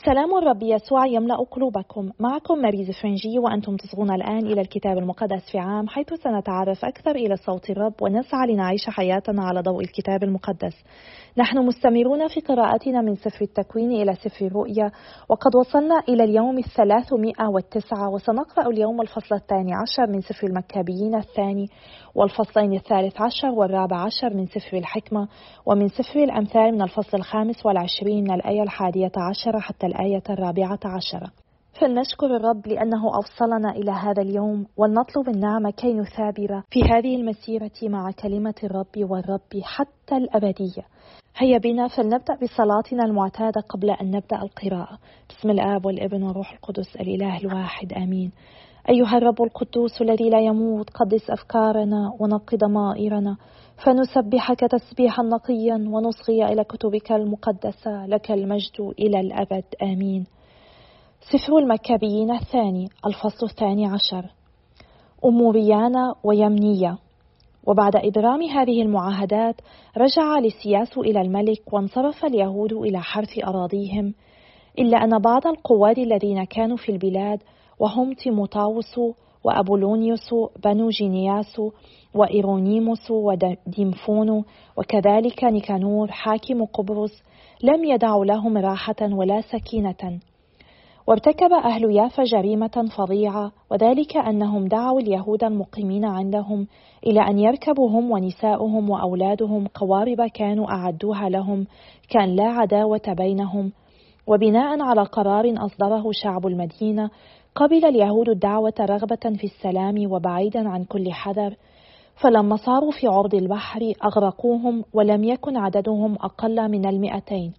سلام الرب يسوع يملأ قلوبكم. معكم ماريز فرنجي وأنتم تصغون الآن إلى الكتاب المقدس في عام، حيث سنتعرف أكثر إلى صوت الرب ونسعى لنعيش حياتنا على ضوء الكتاب المقدس. نحن مستمرون في قراءتنا من سفر التكوين إلى سفر الرؤيا، وقد وصلنا إلى اليوم 309، وسنقرأ اليوم الفصل 12 من سفر المكابيين الثاني، والفصلين 13 و14 من سفر الحكمة، ومن سفر الأمثال من الفصل 25 من الآية 11 حتى الآية 14. فلنشكر الرب لأنه أوصلنا إلى هذا اليوم، ولنطلب النعمة كي نثابر في هذه المسيرة مع كلمة الرب والرب حتى الأبدية. هيا بنا فلنبدأ بصلاتنا المعتادة قبل أن نبدأ القراءة. بسم الآب والابن والروح القدس الإله الواحد آمين. أيها الرب القدوس الذي لا يموت، قدس أفكارنا ونقي ضمائرنا، فنسبحك تسبيحا نقيا ونصغي إلى كتبك المقدسة، لك المجد إلى الأبد آمين. سفر المكابيين الثاني، الفصل 12. أموريانا ويمنية. وبعد إبرام هذه المعاهدات رجع لسياس إلى الملك، وانصرف اليهود إلى حرث أراضيهم، إلا أن بعض القواد الذين كانوا في البلاد، وهم تيموتاوس وأبولونيوس بنو جينياس وإيرونيموس وديمفون، وكذلك نيكانور حاكم قبرص، لم يدعوا لهم راحة ولا سكينة. وارتكب أهل يافا جريمة فظيعة، وذلك أنهم دعوا اليهود المقيمين عندهم إلى أن يركبوا هم ونساؤهم وأولادهم قوارب كانوا أعدوها لهم، كان لا عداوة بينهم. وبناء على قرار أصدره شعب المدينة، قبل اليهود الدعوة رغبة في السلام وبعيدا عن كل حذر. فلما صاروا في عرض البحر أغرقوهم، ولم يكن عددهم أقل من 200.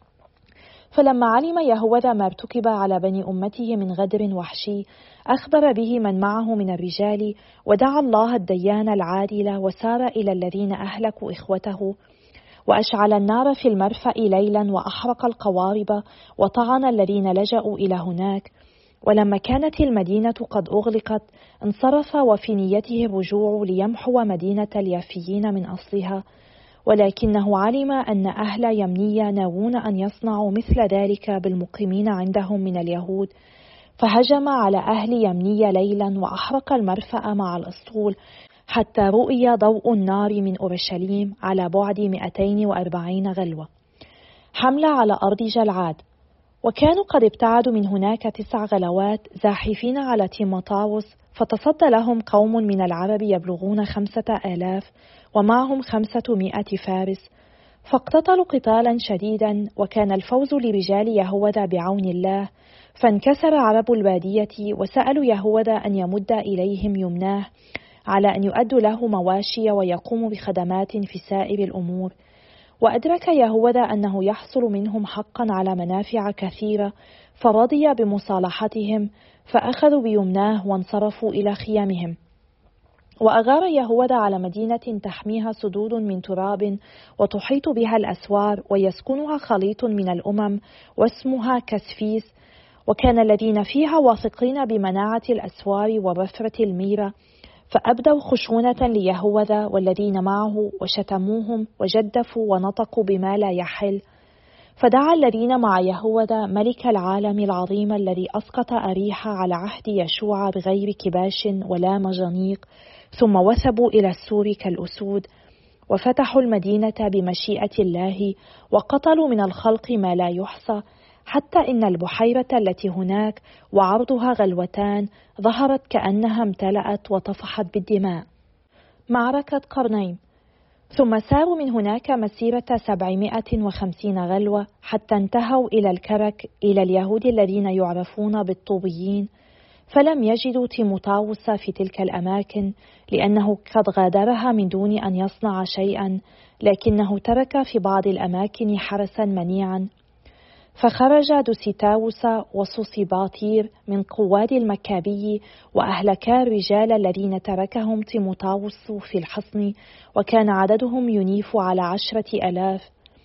فلما علم يهوذا ما ارتكب على بني أمته من غدر وحشي، أخبر به من معه من الرجال، ودعا الله الديان العادل، وسار إلى الذين أهلكوا إخوته، وأشعل النار في المرفأ ليلا، وأحرق القوارب، وطعن الذين لجأوا إلى هناك. ولما كانت المدينة قد أغلقت، انصرف وفي نيته الرجوع ليمحو مدينة اليافيين من أصلها، ولكنه علم أن أهل يمنية ناوون أن يصنعوا مثل ذلك بالمقيمين عندهم من اليهود، فهجم على أهل يمنية ليلا وأحرق المرفأ مع الأسطول، حتى رؤي ضوء النار من أورشليم على بعد 240 غلوة، حملة على أرض جلعاد. وكانوا قد ابتعدوا من هناك 9 غلوات زاحفين على تيموتاوس، فتصدى لهم قوم من العرب يبلغون 5000 ومعهم 500 فارس، فاقتتلوا قتالا شديدا، وكان الفوز لرجال يهوذا بعون الله. فانكسر عرب البادية وسألوا يهوذا أن يمد إليهم يمناه، على أن يؤدوا له مواشي ويقوموا بخدمات في سائر الأمور. وأدرك يهوذا أنه يحصل منهم حقا على منافع كثيرة، فرضي بمصالحتهم، فأخذوا بيمناه وانصرفوا إلى خيامهم. وأغار يهوذا على مدينة تحميها سدود من تراب، وتحيط بها الأسوار، ويسكنها خليط من الأمم، واسمها كسفيس. وكان الذين فيها واثقين بمناعة الأسوار ووفرة الميرة، فأبدوا خشونة ليهوذا والذين معه، وشتموهم وجدفوا ونطقوا بما لا يحل. فدعا الذين مع يهوذا ملك العالم العظيم الذي أسقط أريحة على عهد يشوع بغير كباش ولا مجانيق، ثم وثبوا إلى السور كالأسود، وفتحوا المدينة بمشيئة الله، وقتلوا من الخلق ما لا يحصى، حتى إن البحيرة التي هناك وعرضها غلوتان ظهرت كأنها امتلأت وطفحت بالدماء. معركة قرنين. ثم ساروا من هناك مسيرة 750 غلوة، حتى انتهوا إلى الكرك، إلى اليهود الذين يعرفون بالطوبيين، فلم يجدوا تيموتاوس في تلك الأماكن، لأنه قد غادرها من دون أن يصنع شيئا، لكنه ترك في بعض الأماكن حرسا منيعا. فخرج دوسيتاوس وصوصيباطير من قواد المكابي، وأهلكا الرجال الذين تركهم تيموتاوس في الحصن، وكان عددهم ينيف على 10,000.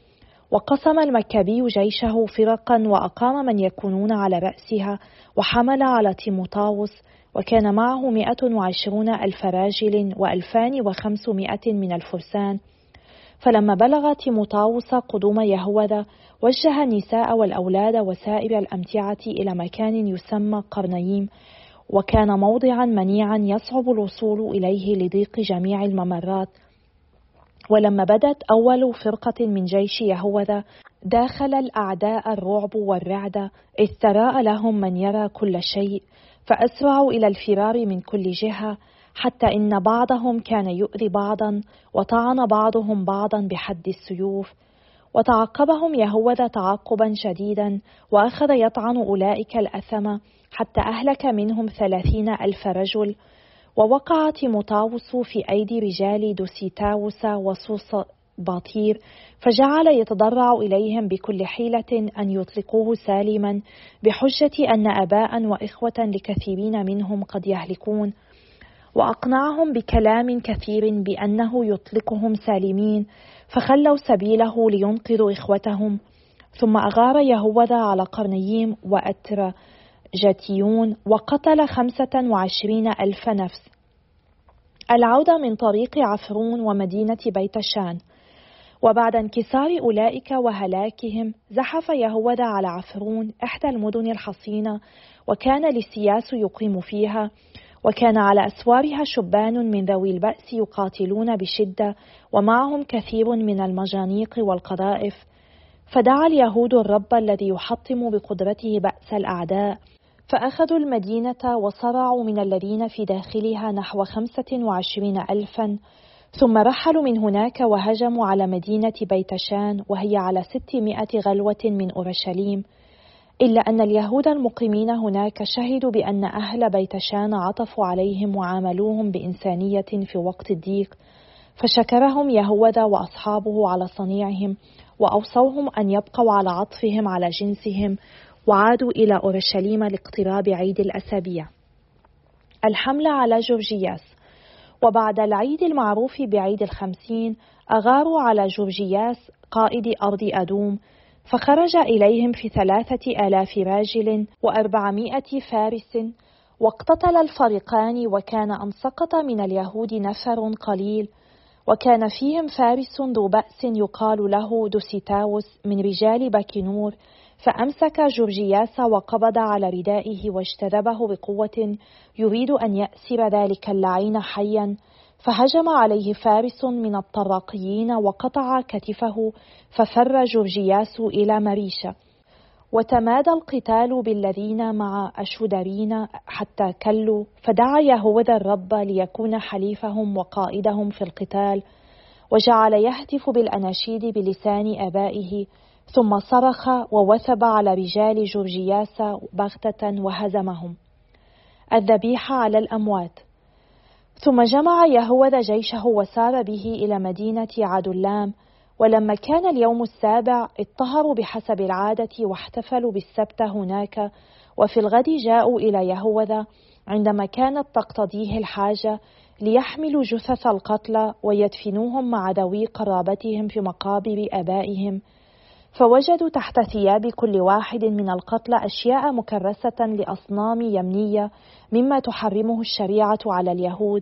وقسم المكابي جيشه فرقا، وأقام من يكونون على رأسها، وحمل على تيموتاوس، وكان معه 120,000 راجل و2500 من الفرسان. فلما بلغ تيموثاوس قدوم يهوذا وجه النساء والأولاد وسائر الأمتعة إلى مكان يسمى قرنيم، وكان موضعا منيعا يصعب الوصول إليه لضيق جميع الممرات. ولما بدت أول فرقة من جيش يهوذا داخل الأعداء الرعب والرعدة، إذ تراءى لهم من يرى كل شيء، فأسرعوا إلى الفرار من كل جهة، حتى إن بعضهم كان يؤذي بعضا، وطعن بعضهم بعضا بحد السيوف. وتعقبهم يهوذا تعقبا شديدا، وأخذ يطعن أولئك الأثمة، حتى أهلك منهم 30,000 رجل. ووقع تيموثاوس في أيدي رجال دوسيتاوس وصوص باطير، فجعل يتضرع إليهم بكل حيلة أن يطلقوه سالما، بحجة أن آباء وإخوة لكثيرين منهم قد يهلكون. وأقنعهم بكلام كثير بأنه يطلقهم سالمين، فخلوا سبيله لينقذوا إخوتهم. ثم أغار يهوذا على قرنيم وأترجتيون، وقتل 25,000 نفس. العودة من طريق عفرون ومدينة بيت شان. وبعد انكسار أولئك وهلاكهم، زحف يهوذا على عفرون إحدى المدن الحصينة، وكان لسياس يقيم فيها، وكان على أسوارها شبان من ذوي البأس يقاتلون بشدة، ومعهم كثير من المجانيق والقذائف. فدعا اليهود الرب الذي يحطم بقدرته بأس الأعداء، فأخذوا المدينة وصرعوا من الذين في داخلها نحو 25,000، ثم رحلوا من هناك وهجموا على مدينة بيت شان، وهي على 600 غلوة من أورشليم. إلا أن اليهود المقيمين هناك شهدوا بأن أهل بيت شان عطفوا عليهم وعاملوهم بإنسانية في وقت الضيق، فشكرهم يهوذا وأصحابه على صنيعهم، وأوصوهم أن يبقوا على عطفهم على جنسهم، وعادوا إلى أورشليم لاقتراب عيد الأسابيع. الحملة على جورجياس. وبعد العيد المعروف بعيد 50 أغاروا على جورجياس قائد أرض أدوم، فخرج إليهم في 3,000 راجل و400 فارس، واقتتل الفريقان. وكان أن سقط من اليهود نفر قليل، وكان فيهم فارس ذو بأس يقال له دوسيتاوس من رجال باكنور، فأمسك جورجياس وقبض على ردائه واجتذبه بقوة، يريد أن يأسر ذلك اللعين حيا. فهجم عليه فارس من الطراقيين وقطع كتفه، ففر جورجياس إلى مريشة. وتمادى القتال بالذين مع أشودرين حتى كلوا، فدعا يهوذا الرب ليكون حليفهم وقائدهم في القتال، وجعل يهتف بالأناشيد بلسان آبائه. ثم صرخ ووثب على رجال جورجياس بغتة وهزمهم. الذبيحة على الأموات. ثم جمع يهوذا جيشه وسار به إلى مدينة عدلام. ولما كان اليوم 7 اطهروا بحسب العادة واحتفلوا بالسبت هناك. وفي الغد جاءوا إلى يهوذا عندما كانت تقتضيه الحاجة، ليحملوا جثث القتلى ويدفنوهم مع ذوي قرابتهم في مقابر آبائهم. فوجدوا تحت ثياب كل واحد من القتلى أشياء مكرسة لأصنام يمنية مما تحرمه الشريعة على اليهود،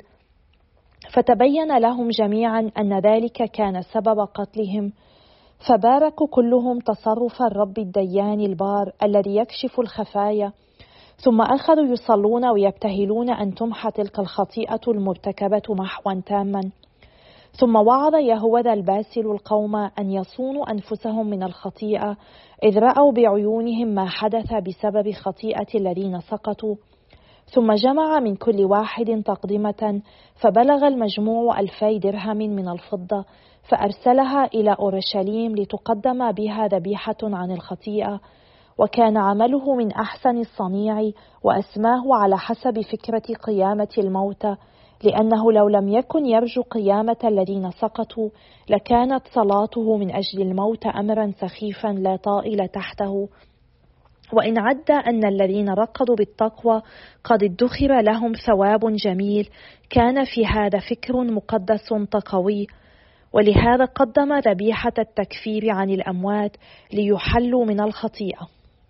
فتبين لهم جميعا أن ذلك كان سبب قتلهم. فباركوا كلهم تصرف الرب الديان البار الذي يكشف الخفايا. ثم أخذوا يصلون ويبتهلون أن تمحى تلك الخطيئة المرتكبة محوا تاما. ثم وعظ يهوذا الباسل القوم أن يصونوا أنفسهم من الخطيئة، إذ رأوا بعيونهم ما حدث بسبب خطيئة الذين سقطوا. ثم جمع من كل واحد تقدمة، فبلغ المجموع 2,000 درهم من الفضة، فأرسلها إلى أورشليم لتقدم بها ذبيحة عن الخطيئة. وكان عمله من أحسن الصنيع، وأسماه على حسب فكرة قيامة الموتى، لأنه لو لم يكن يرجو قيامة الذين سقطوا لكانت صلاته من أجل الموت أمرا سخيفا لا طائل تحته. وإن عد أن الذين رقدوا بالتقوى قد ادخر لهم ثواب جميل، كان في هذا فكر مقدس تقوي، ولهذا قدم ذبيحة التكفير عن الأموات ليحلوا من الخطيئة.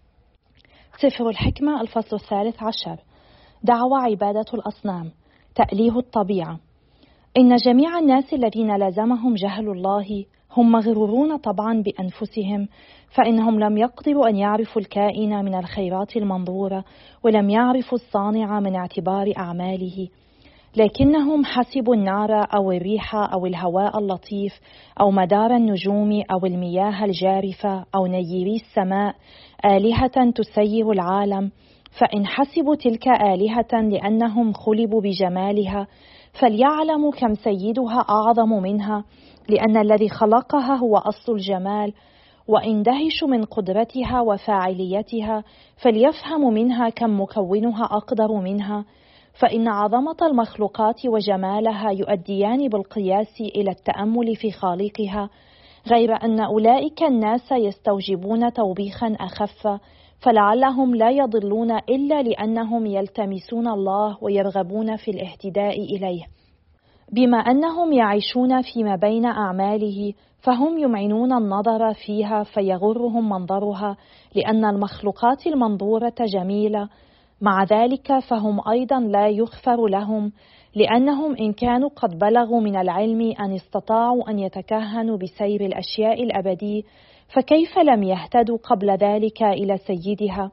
سفر الحكمة الفصل 13. دعوى عبادة الأصنام. تأليه الطبيعة. إن جميع الناس الذين لازمهم جهل الله هم مغرورون طبعا بأنفسهم، فإنهم لم يقدروا أن يعرفوا الكائن من الخيرات المنظورة، ولم يعرفوا الصانع من اعتبار أعماله، لكنهم حسبوا النار أو الريح أو الهواء اللطيف أو مدار النجوم أو المياه الجارفة أو نيري السماء آلهة تسير العالم. فإن حسبوا تلك آلهة لأنهم خلبوا بجمالها، فليعلموا كم سيدها أعظم منها، لأن الذي خلقها هو أصل الجمال. وإن دهشوا من قدرتها وفاعليتها، فليفهموا منها كم مكونها أقدر منها. فإن عظمة المخلوقات وجمالها يؤديان بالقياس إلى التأمل في خالقها، غير أن أولئك الناس يستوجبون توبيخا أخف، فلعلهم لا يضلون إلا لأنهم يلتمسون الله ويرغبون في الاهتداء إليه. بما أنهم يعيشون فيما بين أعماله، فهم يمعنون النظر فيها فيغرهم منظرها، لأن المخلوقات المنظورة جميلة. مع ذلك فهم أيضا لا يغفر لهم، لأنهم إن كانوا قد بلغوا من العلم أن استطاعوا أن يتكهنوا بسير الأشياء الأبدي، فكيف لم يهتدوا قبل ذلك إلى سيدها؟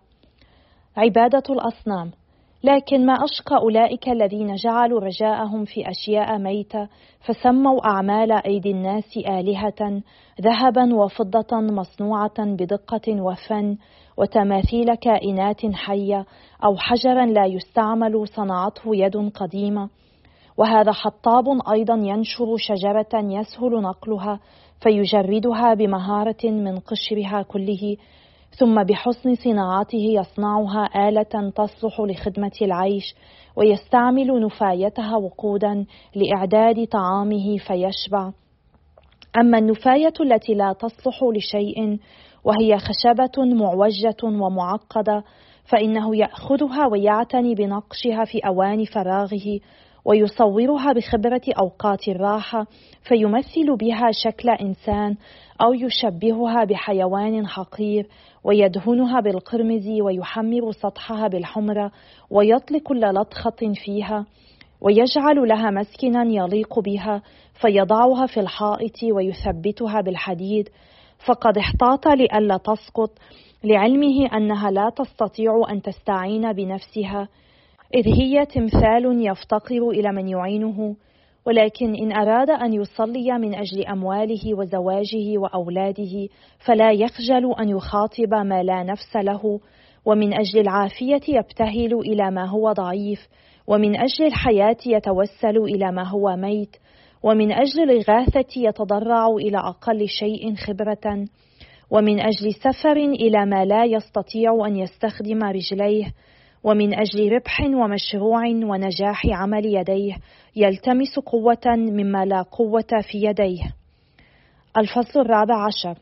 عبادة الأصنام. لكن ما أشقى أولئك الذين جعلوا رجاءهم في أشياء ميتة، فسموا أعمال أيدي الناس آلهة، ذهبا وفضة مصنوعة بدقة وفن، وتماثيل كائنات حية، أو حجرا لا يستعمل صنعته يد قديمة. وهذا حطاب أيضا ينشر شجرة يسهل نقلها، فيجردها بمهارة من قشرها كله، ثم بحسن صناعته يصنعها آلة تصلح لخدمة العيش، ويستعمل نفايتها وقودا لإعداد طعامه فيشبع. أما النفاية التي لا تصلح لشيء، وهي خشبة معوجة ومعقدة، فإنه يأخذها ويعتني بنقشها في أوان فراغه، ويصورها بخبرة أوقات الراحة، فيمثل بها شكل إنسان أو يشبهها بحيوان حقير، ويدهنها بالقرمز ويحمر سطحها بالحمرة، ويطلق كل لطخة فيها، ويجعل لها مسكنا يليق بها، فيضعها في الحائط ويثبتها بالحديد. فقد احتاط لئلا تسقط، لعلمه أنها لا تستطيع أن تستعين بنفسها، إذ هي تمثال يفتقر إلى من يعينه. ولكن إن أراد أن يصلي من أجل أمواله وزواجه وأولاده، فلا يخجل أن يخاطب ما لا نفس له، ومن أجل العافية يبتهل إلى ما هو ضعيف، ومن أجل الحياة يتوسل إلى ما هو ميت، ومن أجل الإغاثة يتضرع إلى أقل شيء خبرة، ومن أجل سفر إلى ما لا يستطيع أن يستخدم رجليه، ومن أجل ربح ومشروع ونجاح عمل يديه يلتمس قوة مما لا قوة في يديه. الفصل 14.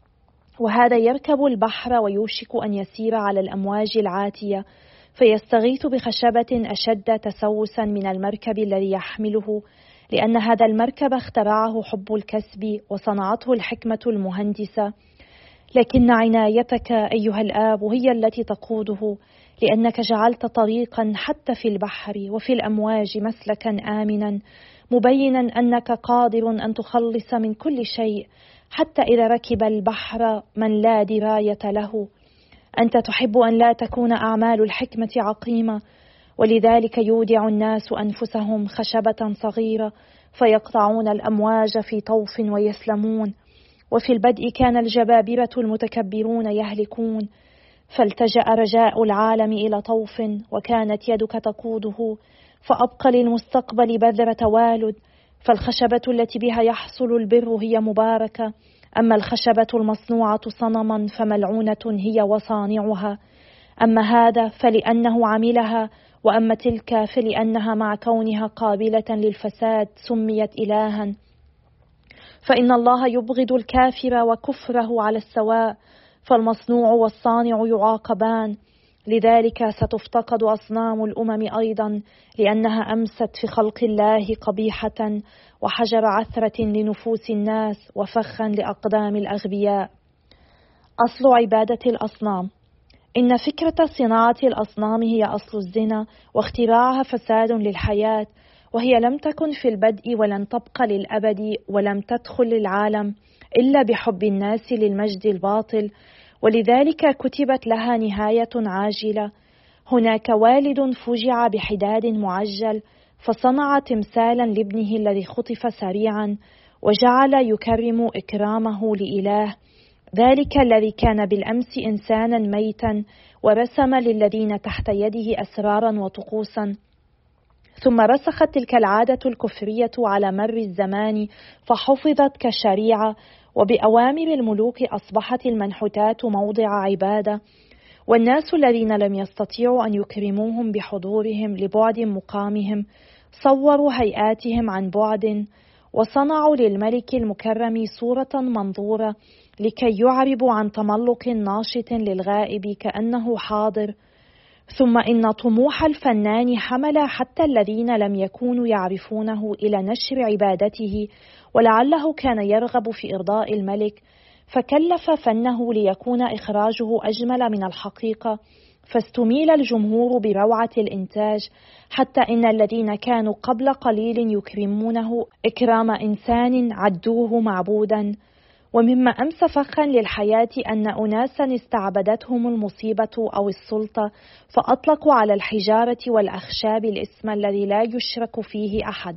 وهذا يركب البحر ويوشك أن يسير على الأمواج العاتية، فيستغيث بخشبة أشد تسوسا من المركب الذي يحمله، لأن هذا المركب اخترعه حب الكسب وصنعته الحكمة المهندسة. لكن عنايتك أيها الآب هي التي تقوده، لأنك جعلت طريقا حتى في البحر وفي الأمواج مسلكا آمنا، مبينا أنك قادر أن تخلص من كل شيء، حتى إذا ركب البحر من لا دراية له. أنت تحب أن لا تكون أعمال الحكمة عقيمة، ولذلك يودع الناس أنفسهم خشبة صغيرة، فيقطعون الأمواج في طوف ويسلمون. وفي البدء كان الجبابرة المتكبرون يهلكون، فالتجأ رجاء العالم إلى طوف، وكانت يدك تقوده، فأبقى للمستقبل بذرة والد. فالخشبة التي بها يحصل البر هي مباركة، أما الخشبة المصنوعة صنما فملعونة هي وصانعها. أما هذا فلأنه عملها، وأما تلك فلأنها مع كونها قابلة للفساد سميت إلها. فإن الله يبغض الكافر وكفره على السواء، فالمصنوع والصانع يعاقبان. لذلك ستفتقد أصنام الأمم أيضا، لأنها أمست في خلق الله قبيحة، وحجر عثرة لنفوس الناس، وفخا لأقدام الأغبياء. أصل عبادة الأصنام. إن فكرة صناعة الأصنام هي أصل الزنا، واختراعها فساد للحياة، وهي لم تكن في البدء ولن تبقى للأبد، ولم تدخل العالم، إلا بحب الناس للمجد الباطل، ولذلك كتبت لها نهاية عاجلة. هناك والد فجع بحداد معجل، فصنع تمثالا لابنه الذي خطف سريعا، وجعل يكرم إكرامه لإله، ذلك الذي كان بالأمس إنسانا ميتا، ورسم للذين تحت يده أسرارا وطقوسا. ثم رسخت تلك العادة الكفرية على مر الزمان، فحفظت كشريعة، وبأوامر الملوك أصبحت المنحوتات موضع عبادة، والناس الذين لم يستطيعوا أن يكرموهم بحضورهم لبعد مقامهم صوروا هيئاتهم عن بعد، وصنعوا للملك المكرم صورة منظورة لكي يعربوا عن تملق ناشط للغائب كأنه حاضر. ثم إن طموح الفنان حمل حتى الذين لم يكونوا يعرفونه إلى نشر عبادته، ولعله كان يرغب في إرضاء الملك، فكلف فنه ليكون إخراجه أجمل من الحقيقة، فاستميل الجمهور بروعة الإنتاج، حتى إن الذين كانوا قبل قليل يكرمونه إكرام إنسان عدوه معبودا. ومما أمس فخا للحياة أن أناسا استعبدتهم المصيبة أو السلطة، فأطلقوا على الحجارة والأخشاب الاسم الذي لا يشرك فيه أحد.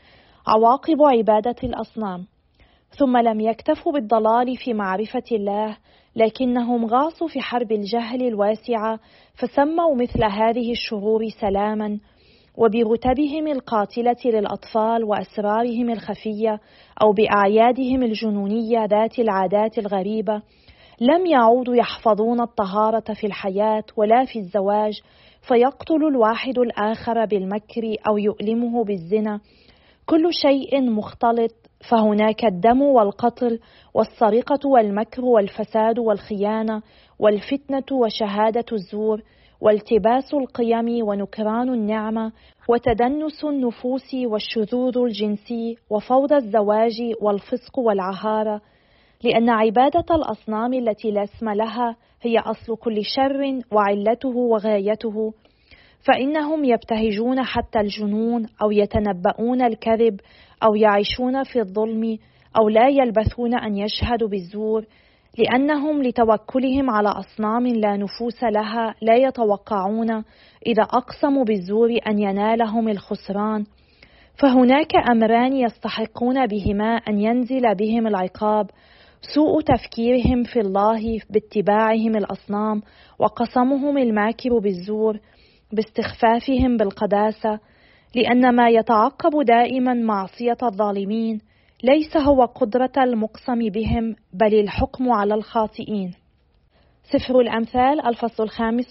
عواقب عبادة الأصنام. ثم لم يكتفوا بالضلال في معرفة الله، لكنهم غاصوا في حرب الجهل الواسعة، فسموا مثل هذه الشرور سلاما، وبرتبهم القاتلة للأطفال وأسرارهم الخفية، أو بأعيادهم الجنونية ذات العادات الغريبة، لم يعودوا يحفظون الطهارة في الحياة ولا في الزواج، فيقتل الواحد الآخر بالمكر أو يؤلمه بالزنا. كل شيء مختلط، فهناك الدم والقتل والسرقة والمكر والفساد والخيانة والفتنة وشهادة الزور والتباس القيم ونكران النعمة وتدنس النفوس والشذوذ الجنسي وفوضى الزواج والفسق والعهارة، لأن عبادة الأصنام التي لا اسم لها هي أصل كل شر وعلته وغايته، فإنهم يبتهجون حتى الجنون، أو يتنبؤون الكذب، أو يعيشون في الظلم، أو لا يلبثون أن يشهدوا بالزور، لأنهم لتوكلهم على أصنام لا نفوس لها لا يتوقعون إذا أقسموا بالزور أن ينالهم الخسران. فهناك أمران يستحقون بهما أن ينزل بهم العقاب: سوء تفكيرهم في الله باتباعهم الأصنام، وقسمهم الماكر بالزور باستخفافهم بالقداسة، لأن ما يتعقب دائما معصية الظالمين ليس هو قدرة المقسم بهم، بل الحكم على الخاطئين. سفر الأمثال الفصل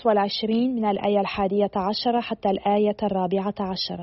25 من الآية 11 حتى الآية 14.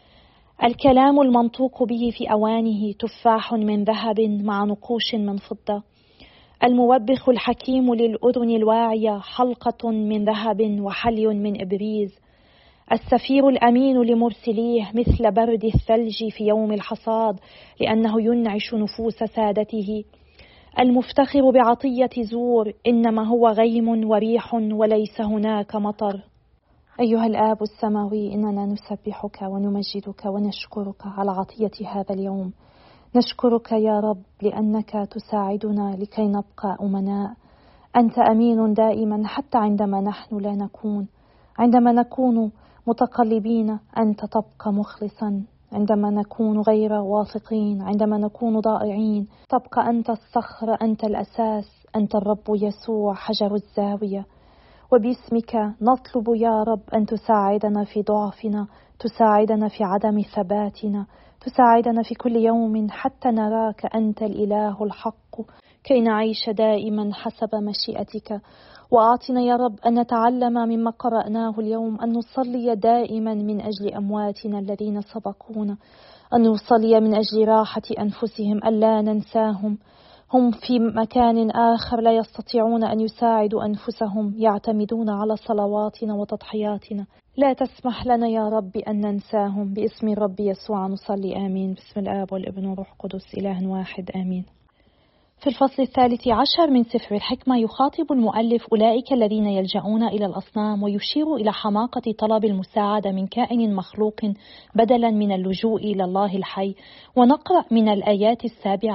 الكلام المنطوق به في أوانه تفاح من ذهب مع نقوش من فضة. الموبخ الحكيم للأذن الواعية حلقة من ذهب وحلي من إبريز. السفير الأمين لمرسليه مثل برد الثلج في يوم الحصاد، لأنه ينعش نفوس سادته. المفتخر بعطية زور إنما هو غيم وريح وليس هناك مطر. أيها الآب السماوي، إننا نسبحك ونمجدك ونشكرك على عطية هذا اليوم. نشكرك يا رب لأنك تساعدنا لكي نبقى أمناء. أنت أمين دائما حتى عندما نحن لا نكون. عندما نكون متقلبين أنت تبقى مخلصا، عندما نكون غير واثقين، عندما نكون ضائعين تبقى أنت الصخر، أنت الأساس، أنت الرب يسوع حجر الزاوية. وباسمك نطلب يا رب أن تساعدنا في ضعفنا، تساعدنا في عدم ثباتنا، تساعدنا في كل يوم حتى نراك أنت الإله الحق، كي نعيش دائما حسب مشيئتك. وأعطنا يا رب أن نتعلم مما قرأناه اليوم أن نصلي دائما من أجل أمواتنا الذين سبقونا، أن نصلي من أجل راحة أنفسهم، ألا ننساهم. هم في مكان آخر لا يستطيعون أن يساعدوا أنفسهم، يعتمدون على صلواتنا وتضحياتنا. لا تسمح لنا يا رب أن ننساهم. باسم الرب يسوع نصلي آمين. باسم الآب والابن والروح القدس إله واحد آمين. في الفصل 13 من سفر الحكمة يخاطب المؤلف أولئك الذين يلجؤون إلى الأصنام، ويشير إلى حماقة طلب المساعدة من كائن مخلوق بدلا من اللجوء إلى الله الحي. ونقرأ من الآيات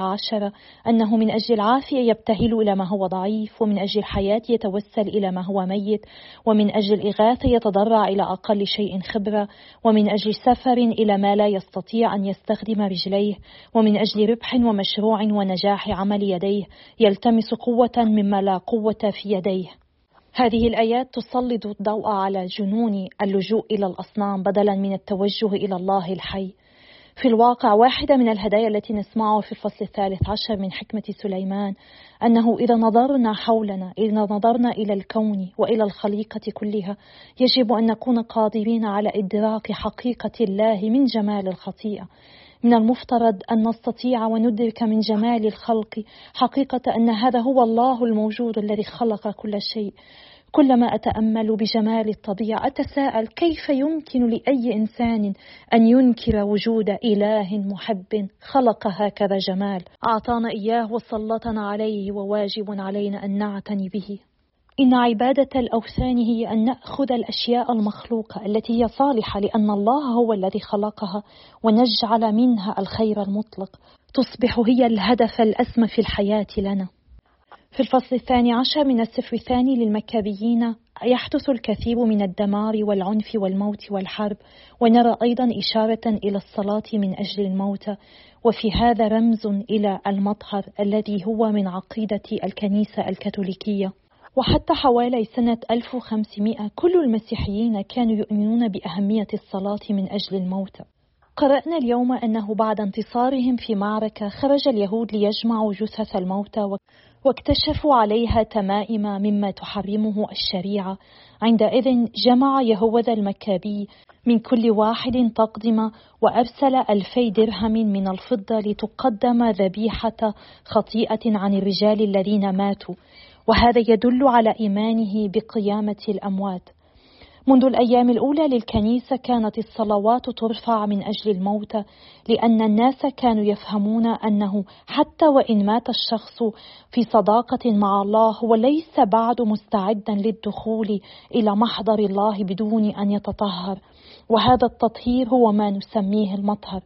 17 أنه من أجل العافية يبتهل إلى ما هو ضعيف، ومن أجل الحياة يتوسل إلى ما هو ميت، ومن أجل الإغاثة يتضرع إلى أقل شيء خبرة، ومن أجل سفر إلى ما لا يستطيع أن يستخدم رجليه، ومن أجل ربح ومشروع ونجاح عمل يديه يلتمس قوة مما لا قوة في يديه. هذه الآيات تسلط الضوء على جنون اللجوء إلى الأصنام بدلا من التوجه إلى الله الحي. في الواقع واحدة من الهدايا التي نسمعها في الفصل 13 من حكمة سليمان أنه إذا نظرنا حولنا، إذا نظرنا إلى الكون وإلى الخليقة كلها، يجب أن نكون قادرين على إدراك حقيقة الله من جمال الخطيئة. من المفترض أن نستطيع وندرك من جمال الخلق حقيقة أن هذا هو الله الموجود الذي خلق كل شيء. كلما أتأمل بجمال الطبيعة أتساءل كيف يمكن لأي إنسان أن ينكر وجود إله محب خلق هكذا جمال، أعطانا إياه وسلطنا عليه، وواجب علينا أن نعتني به. إن عبادة الأوثان هي أن نأخذ الأشياء المخلوقة التي هي صالحة لأن الله هو الذي خلقها ونجعل منها الخير المطلق، تصبح هي الهدف الأسمى في الحياة لنا. في الفصل 12 من السفر الثاني للمكابيين يحدث الكثير من الدمار والعنف والموت والحرب، ونرى أيضا إشارة إلى الصلاة من أجل الموتى، وفي هذا رمز إلى المطهر الذي هو من عقيدة الكنيسة الكاثوليكية. وحتى حوالي سنة 1500 كل المسيحيين كانوا يؤمنون بأهمية الصلاة من أجل الموتى. قرأنا اليوم أنه بعد انتصارهم في معركة خرج اليهود ليجمعوا جثث الموتى، واكتشفوا عليها تمائم مما تحرمه الشريعة. عندئذ جمع يهوذا المكابي من كل واحد تقدمة، وأرسل 2000 درهم من الفضة لتقدم ذبيحة خطيئة عن الرجال الذين ماتوا، وهذا يدل على إيمانه بقيامة الأموات. منذ الأيام الأولى للكنيسة كانت الصلوات ترفع من أجل الموتى، لأن الناس كانوا يفهمون أنه حتى وإن مات الشخص في صداقة مع الله هو ليس بعد مستعدا للدخول إلى محضر الله بدون أن يتطهر، وهذا التطهير هو ما نسميه المطهر.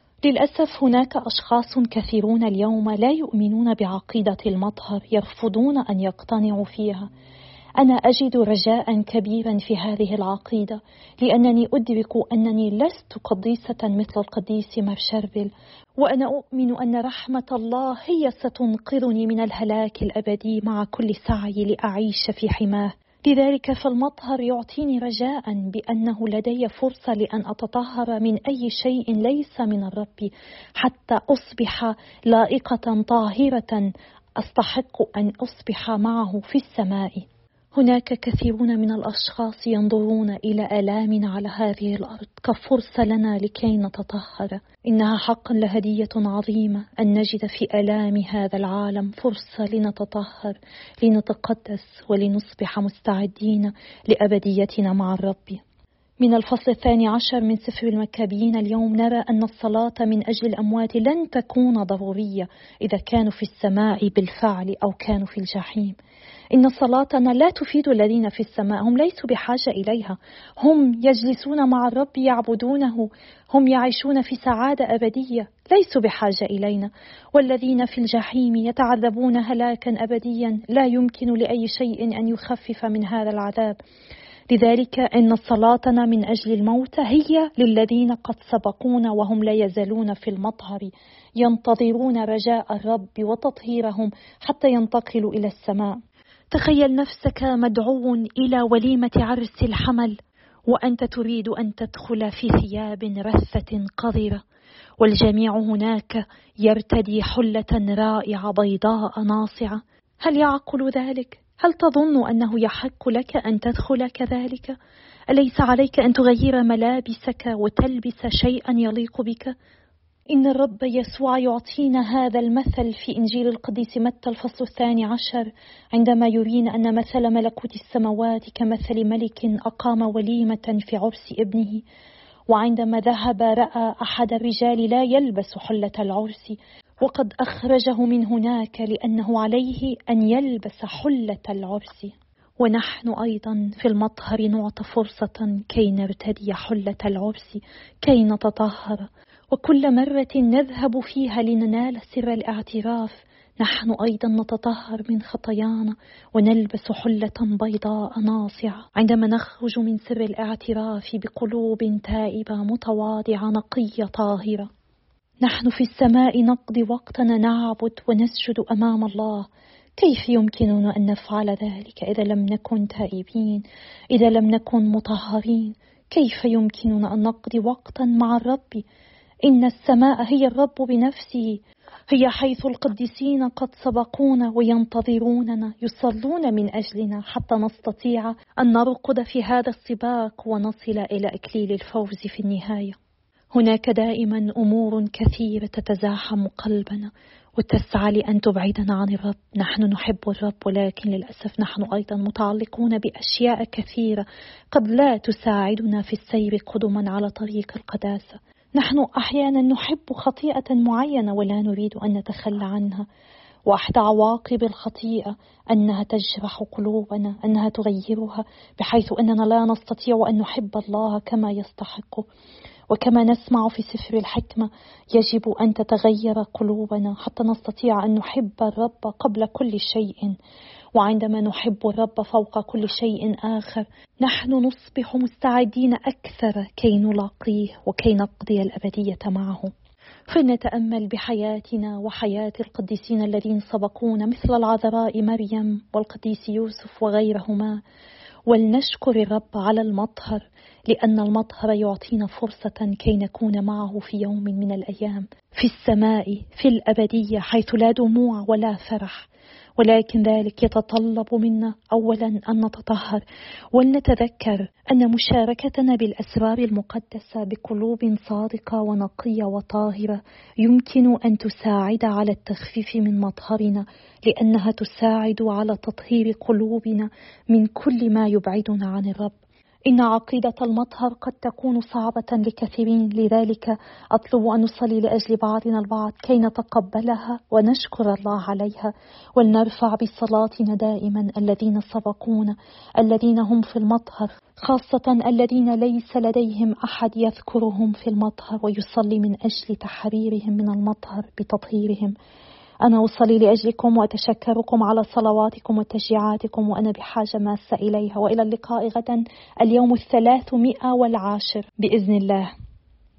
للأسف هناك أشخاص كثيرون اليوم لا يؤمنون بعقيدة المطهر، يرفضون أن يقتنعوا فيها. أنا أجد رجاء كبيرا في هذه العقيدة، لأنني أدرك أنني لست قديسة مثل القديس مارشارفيل، وأنا أؤمن أن رحمة الله هي ستنقذني من الهلاك الأبدي مع كل سعي لأعيش في حماه. لذلك فالمطهر يعطيني رجاء بأنه لدي فرصة لأن أتطهر من أي شيء ليس من الرب، حتى أصبح لائقة طاهرة أستحق أن أصبح معه في السماء. هناك كثيرون من الأشخاص ينظرون إلى آلامنا على هذه الأرض كفرصة لنا لكي نتطهر. إنها حقا لهدية عظيمة أن نجد في آلام هذا العالم فرصة لنتطهر، لنتقدس، ولنصبح مستعدين لأبديتنا مع الرب. من الفصل 12 من سفر المكابيين اليوم نرى أن الصلاة من أجل الأموات لن تكون ضرورية إذا كانوا في السماء بالفعل أو كانوا في الجحيم. إن صلاتنا لا تفيد الذين في السماء، هم ليسوا بحاجة إليها، هم يجلسون مع الرب يعبدونه، هم يعيشون في سعادة أبدية، ليسوا بحاجة إلينا. والذين في الجحيم يتعذبون هلاكا أبديا، لا يمكن لأي شيء أن يخفف من هذا العذاب. لذلك إن صلاتنا من أجل الموت هي للذين قد سبقونا وهم لا يزالون في المطهر، ينتظرون رجاء الرب وتطهيرهم حتى ينتقلوا إلى السماء. تخيل نفسك مدعو إلى وليمة عرس الحمل وأنت تريد أن تدخل في ثياب رثة قذرة، والجميع هناك يرتدي حلة رائعة بيضاء ناصعة. هل يعقل ذلك؟ هل تظن أنه يحق لك أن تدخل كذلك؟ أليس عليك أن تغير ملابسك وتلبس شيئا يليق بك؟ إن الرب يسوع يعطينا هذا المثل في إنجيل القديس متى الفصل 12 عندما يرينا أن مثل ملكوت السماوات كمثل ملك أقام وليمة في عرس ابنه، وعندما ذهب رأى أحد الرجال لا يلبس حلة العرس، وقد أخرجه من هناك لأنه عليه أن يلبس حلة العرس. ونحن أيضا في المطهر نعطى فرصة كي نرتدي حلة العرس، كي نتطهر. وكل مرة نذهب فيها لننال سر الاعتراف نحن أيضا نتطهر من خطايانا ونلبس حلة بيضاء ناصعة عندما نخرج من سر الاعتراف بقلوب تائبة متواضعة نقية طاهرة. نحن في السماء نقضي وقتنا نعبد ونسجد أمام الله. كيف يمكننا أن نفعل ذلك إذا لم نكن تائبين، إذا لم نكن مطهرين؟ كيف يمكننا أن نقضي وقتا مع الرب؟ إن السماء هي الرب بنفسه، هي حيث القديسين قد سبقونا وينتظروننا يصلون من أجلنا حتى نستطيع أن نرقد في هذا السباق ونصل إلى إكليل الفوز في النهاية. هناك دائما أمور كثيرة تتزاحم قلبنا وتسعى لأن تبعدنا عن الرب. نحن نحب الرب، ولكن للأسف نحن أيضا متعلقون بأشياء كثيرة قد لا تساعدنا في السير قدما على طريق القداسة. نحن أحيانا نحب خطيئة معينة ولا نريد أن نتخلى عنها، وأحد عواقب الخطيئة أنها تجرح قلوبنا، أنها تغيرها بحيث أننا لا نستطيع أن نحب الله كما يستحق. وكما نسمع في سفر الحكمة يجب أن تتغير قلوبنا حتى نستطيع أن نحب الرب قبل كل شيء. وعندما نحب الرب فوق كل شيء آخر نحن نصبح مستعدين أكثر كي نلاقيه وكي نقضي الأبدية معه. فلنتأمل بحياتنا وحياة القديسين الذين سبقونا مثل العذراء مريم والقديس يوسف وغيرهما، ولنشكر الرب على المطهر، لأن المطهر يعطينا فرصة كي نكون معه في يوم من الأيام في السماء في الأبدية حيث لا دموع ولا فرح. ولكن ذلك يتطلب منا أولا أن نتطهر، ولنتذكر أن مشاركتنا بالأسرار المقدسة بقلوب صادقة ونقية وطاهرة يمكن أن تساعد على التخفيف من مطهرنا، لأنها تساعد على تطهير قلوبنا من كل ما يبعدنا عن الرب. إن عقيدة المطهر قد تكون صعبة لكثيرين، لذلك أطلب أن نصلي لأجل بعضنا البعض كي نتقبلها ونشكر الله عليها، ولنرفع بصلاتنا دائما الذين سبقونا، الذين هم في المطهر، خاصة الذين ليس لديهم أحد يذكرهم في المطهر ويصلي من أجل تحريرهم من المطهر بتطهيرهم. أنا أصلي لأجلكم وأتشكركم على صلواتكم وتشجيعاتكم، وأنا بحاجة ماسة إليها. وإلى اللقاء غدا اليوم 310 بإذن الله.